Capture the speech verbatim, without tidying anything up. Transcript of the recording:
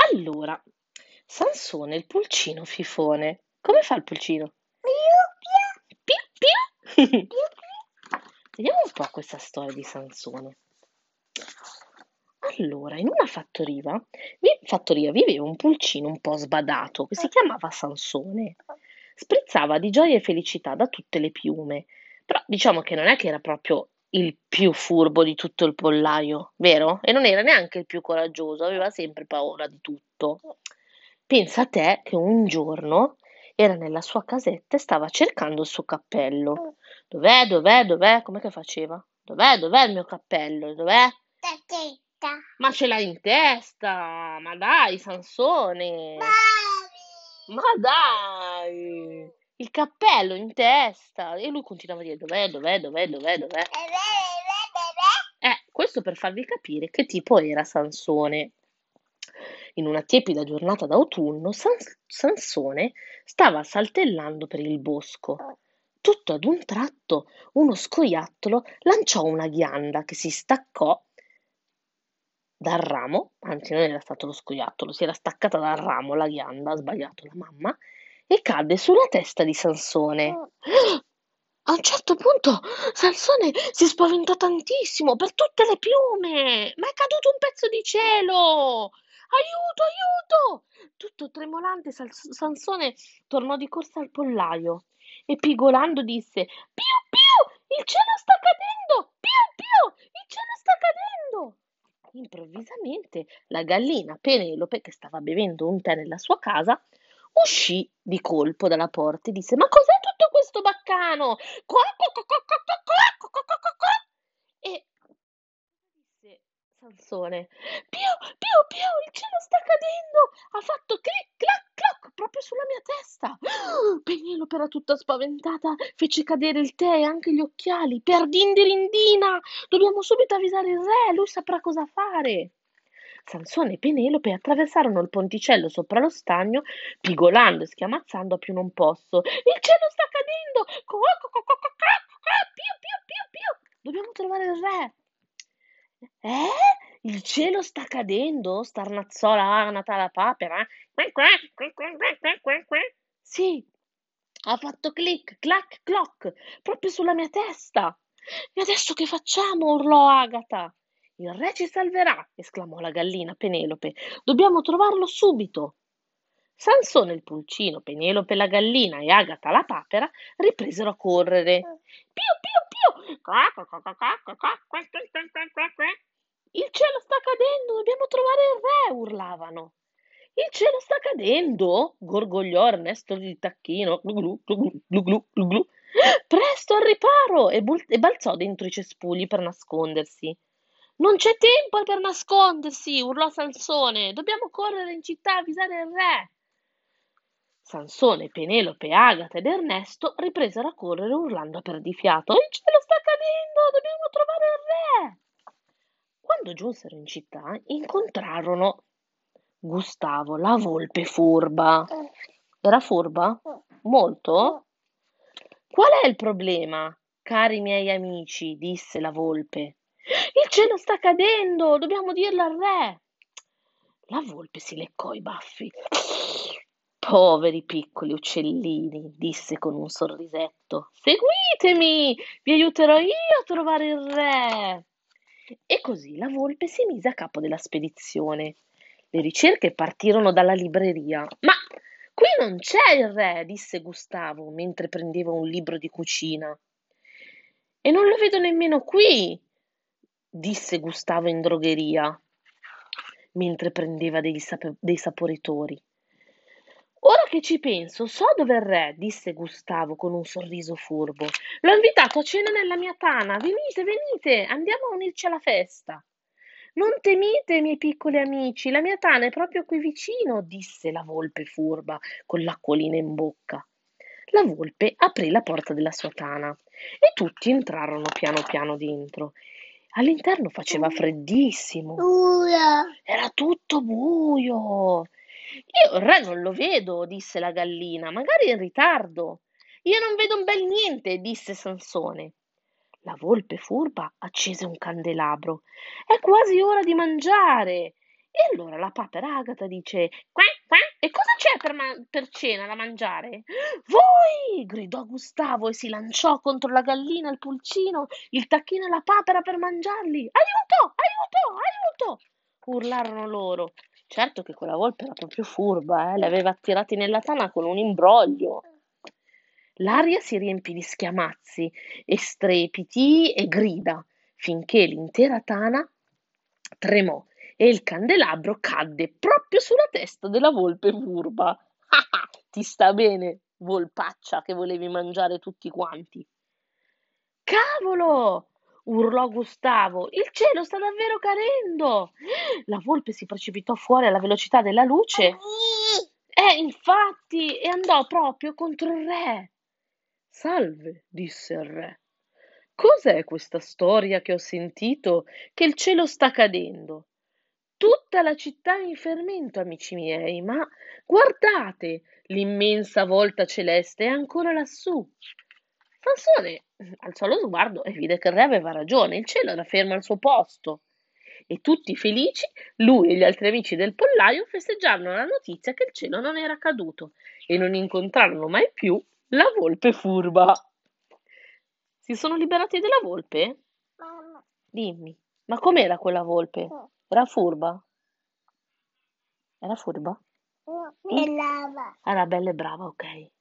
Allora, Sansone, il pulcino fifone. Come fa il pulcino? Piu piu. Vediamo un po' questa storia di Sansone. Allora, in una fattoria, vi- fattoria viveva un pulcino un po' sbadato che si chiamava Sansone. Sprizzava di gioia e felicità da tutte le piume, però diciamo che non è che era proprio il più furbo di tutto il pollaio, vero? E non era neanche il più coraggioso, aveva sempre paura di tutto. Pensa a te che un giorno era nella sua casetta e stava cercando il suo cappello. Dov'è, dov'è, dov'è? Com'è che faceva? Dov'è, dov'è il mio cappello? Dov'è? Ma ce l'hai in testa? Ma dai, Sansone! Ma dai! Il cappello in testa! E lui continuava a dire dov'è, dov'è, dov'è, dov'è, dov'è? Eh, questo per farvi capire che tipo era Sansone. In una tiepida giornata d'autunno, Sans- Sansone stava saltellando per il bosco. Tutto ad un tratto, uno scoiattolo lanciò una ghianda che si staccò dal ramo, anzi non era stato lo scoiattolo, si era staccata dal ramo la ghianda, ha sbagliato la mamma, e cadde sulla testa di Sansone. A un certo punto Sansone si spaventò tantissimo per tutte le piume. Ma è caduto un pezzo di cielo! Aiuto, aiuto! Tutto tremolante, Sal- Sansone tornò di corsa al pollaio e pigolando disse: Piu piu, il cielo sta cadendo! Piu piu, il cielo sta cadendo! Improvvisamente la gallina Penelope, che stava bevendo un tè nella sua casa, uscì di colpo dalla porta e disse: Ma cos'è tutto questo baccano? Qua, qua, qua, qua, qua, qua, qua, qua, qua, qua, qua. E disse Sansone: Più, più, più, il cielo sta cadendo! Ha fatto clic, clac, clac proprio sulla mia testa. Penelope era tutta spaventata, fece cadere il tè e anche gli occhiali. Perdindirindina, dobbiamo subito avvisare il re, lui saprà cosa fare. Sansone e Penelope attraversarono il ponticello sopra lo stagno, pigolando e schiamazzando a più non posso. Il cielo sta cadendo! Co- co- co- co- co- co- co- Piu, piu, piu, piu! Dobbiamo trovare il re. Eh? Il cielo sta cadendo? Starnazzò la anatra la papera. Quack, quack, quack, quack, quack, quack, quack, quack. Sì, ha fatto clic, clac, cloc, proprio sulla mia testa. E adesso che facciamo? Urlò Agata. Il re ci salverà, esclamò la gallina Penelope. Dobbiamo trovarlo subito. Sansone il pulcino, Penelope la gallina e Agata la papera ripresero a correre. Piu piu piu! Qua, qua, qua, qua, qua, qua, qua, qua, qua, qua, qua, qua, qua. Il cielo sta cadendo, dobbiamo trovare il re, urlavano. Il cielo sta cadendo, gorgogliò Ernesto il tacchino. Glu glu, glu glu, glu glu, glu glu. Presto al riparo! E, bul- e balzò dentro i cespugli per nascondersi. Non c'è tempo per nascondersi, urlò Sansone. Dobbiamo correre in città a avvisare il re. Sansone, Penelope, Agata ed Ernesto ripresero a correre urlando a perdifiato. Il cielo sta cadendo, dobbiamo trovare il re. Quando giunsero in città, incontrarono Gustavo, la volpe furba. Era furba? Molto? Qual è il problema, cari miei amici? Disse la volpe. Il cielo sta cadendo, dobbiamo dirlo al re. La volpe si leccò i baffi. Poveri piccoli uccellini, disse con un sorrisetto. Seguitemi, vi aiuterò io a trovare il re. E così la volpe si mise a capo della spedizione. Le ricerche partirono dalla libreria. Ma qui non c'è il re, disse Gustavo mentre prendeva un libro di cucina. E non lo vedo nemmeno qui, disse Gustavo in drogheria mentre prendeva dei, sap- dei saporitori. Ora che ci penso, so dove è il re, disse Gustavo con un sorriso furbo. L'ho invitato a cena nella mia tana. Venite, venite, andiamo a unirci alla festa. Non temete, miei piccoli amici, la mia tana è proprio qui vicino, disse la volpe furba con l'acquolina in bocca. La volpe aprì la porta della sua tana e tutti entrarono piano piano dentro. All'interno faceva freddissimo. Era tutto buio. Io il re non lo vedo, disse la gallina, magari è in ritardo. Io non vedo un bel niente, disse Sansone. La volpe furba accese un candelabro. È quasi ora di mangiare. E allora la papera Agata dice: "Qua, qua, e cosa c'è per, ma- per cena da mangiare?" "Voi!" gridò Gustavo e si lanciò contro la gallina, il pulcino, il tacchino e la papera per mangiarli. "Aiuto! Aiuto! Aiuto!" urlarono loro. Certo che quella volpe era proprio furba, eh? Li aveva attirati nella tana con un imbroglio. L'aria si riempì di schiamazzi e strepiti e grida, finché l'intera tana tremò e il candelabro cadde proprio sulla testa della volpe furba. Ah, ah, ti sta bene, volpaccia che volevi mangiare tutti quanti. Cavolo! Urlò Gustavo. Il cielo sta davvero cadendo! La volpe si precipitò fuori alla velocità della luce. Eh, infatti, e andò proprio contro il re. Salve, disse il re. Cos'è questa storia che ho sentito che il cielo sta cadendo? Tutta la città è in fermento, amici miei, ma guardate, l'immensa volta celeste è ancora lassù. Sansone alzò lo sguardo e vide che il re aveva ragione, il cielo era fermo al suo posto. E tutti felici, lui e gli altri amici del pollaio festeggiarono la notizia che il cielo non era caduto e non incontrarono mai più la volpe furba. Si sono liberati della volpe? Mamma, Dimmi, ma com'era quella volpe? Era furba? Era furba? no, Mm? è lava. Era bella e brava, ok.